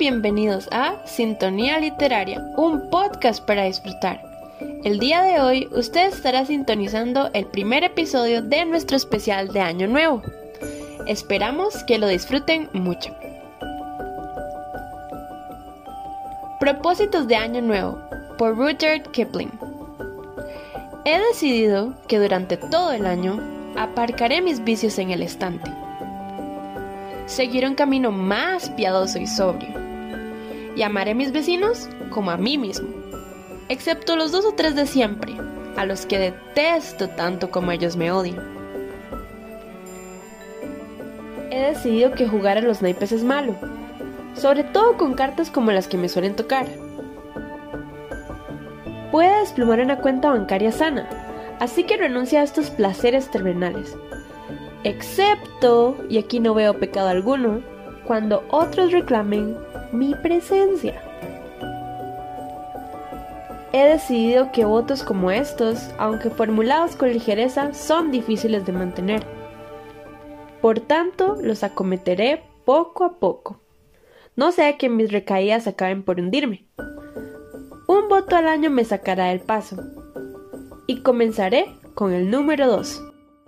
bienvenidos a Sintonía Literaria, un podcast para disfrutar. El día de hoy usted estará sintonizando el primer episodio de nuestro especial de Año Nuevo. Esperamos que lo disfruten mucho. Propósitos de Año Nuevo, por Rudyard Kipling. He decidido que durante todo el año aparcaré mis vicios en el estante. Seguiré un camino más piadoso y sobrio. Y amaré a mis vecinos como a mí mismo, excepto los 2 o 3 de siempre, a los que detesto tanto como ellos me odian. He decidido que jugar a los naipes es malo, sobre todo con cartas como las que me suelen tocar. Puede desplumar una cuenta bancaria sana, así que renuncia a estos placeres terrenales. Excepto, y aquí no veo pecado alguno, cuando otros reclamen mi presencia. He decidido que votos como estos, aunque formulados con ligereza, son difíciles de mantener. Por tanto, los acometeré poco a poco. No sea que mis recaídas acaben por hundirme. Un voto al año me sacará del paso. Y comenzaré con el número 2.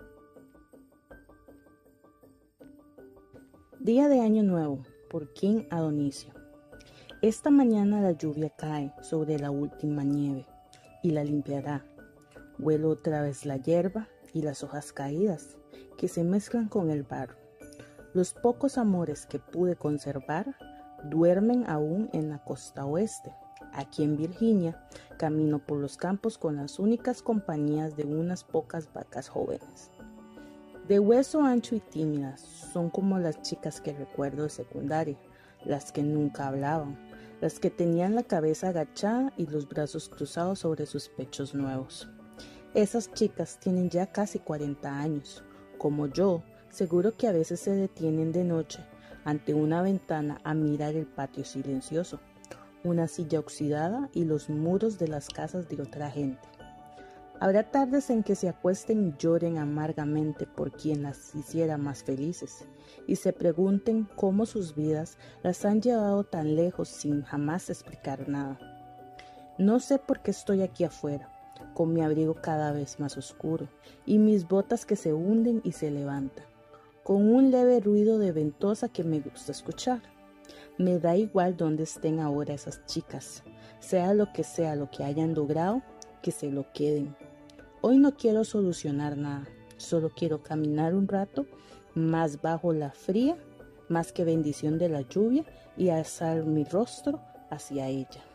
Día de Año Nuevo, por King Adonicio. Esta mañana la lluvia cae sobre la última nieve y la limpiará. Huelo otra vez la hierba y las hojas caídas que se mezclan con el barro. Los pocos amores que pude conservar duermen aún en la costa oeste. Aquí en Virginia camino por los campos con las únicas compañías de unas pocas vacas jóvenes. De hueso ancho y tímidas, son como las chicas que recuerdo de secundaria, las que nunca hablaban, las que tenían la cabeza agachada y los brazos cruzados sobre sus pechos nuevos. Esas chicas tienen ya casi 40 años. Como yo, seguro que a veces se detienen de noche ante una ventana a mirar el patio silencioso, una silla oxidada y los muros de las casas de otra gente. Habrá tardes en que se acuesten y lloren amargamente por quien las hiciera más felices, y se pregunten cómo sus vidas las han llevado tan lejos sin jamás explicar nada. No sé por qué estoy aquí afuera, con mi abrigo cada vez más oscuro, y mis botas que se hunden y se levantan, con un leve ruido de ventosa que me gusta escuchar. Me da igual dónde estén ahora esas chicas, sea lo que hayan logrado, que se lo queden. Hoy no quiero solucionar nada, solo quiero caminar un rato más bajo la fría, más que bendición de la lluvia, y alzar mi rostro hacia ella.